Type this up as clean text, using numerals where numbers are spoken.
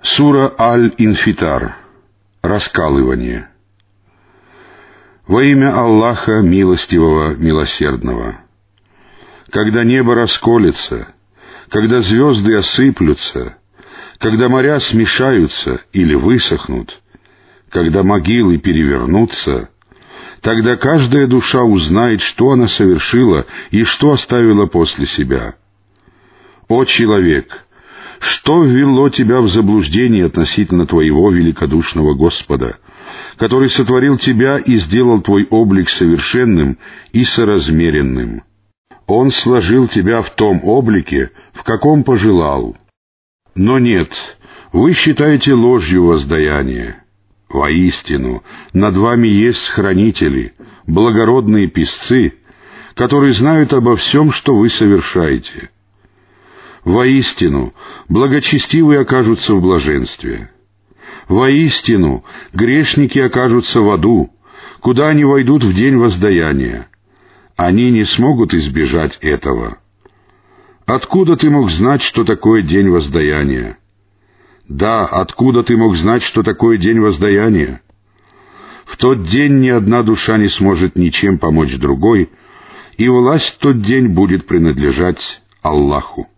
Сура Аль-Инфитар. Раскалывание. Во имя Аллаха Милостивого, Милосердного. Когда небо расколется, когда звезды осыплются, когда моря смешаются или высохнут, когда могилы перевернутся, тогда каждая душа узнает, что она совершила и что оставила после себя. О человек! Что ввело тебя в заблуждение относительно твоего великодушного Господа, который сотворил тебя и сделал твой облик совершенным и соразмеренным? Он сложил тебя в том облике, в каком пожелал. Но нет, вы считаете ложью воздаяние. Воистину, над вами есть хранители, благородные песцы, которые знают обо всем, что вы совершаете. Воистину, благочестивые окажутся в блаженстве. Воистину, грешники окажутся в аду, куда они войдут в день воздаяния. Они не смогут избежать этого. Откуда ты мог знать, что такое день воздаяния? Да, откуда ты мог знать, что такое день воздаяния? В тот день ни одна душа не сможет ничем помочь другой, и власть в тот день будет принадлежать Аллаху.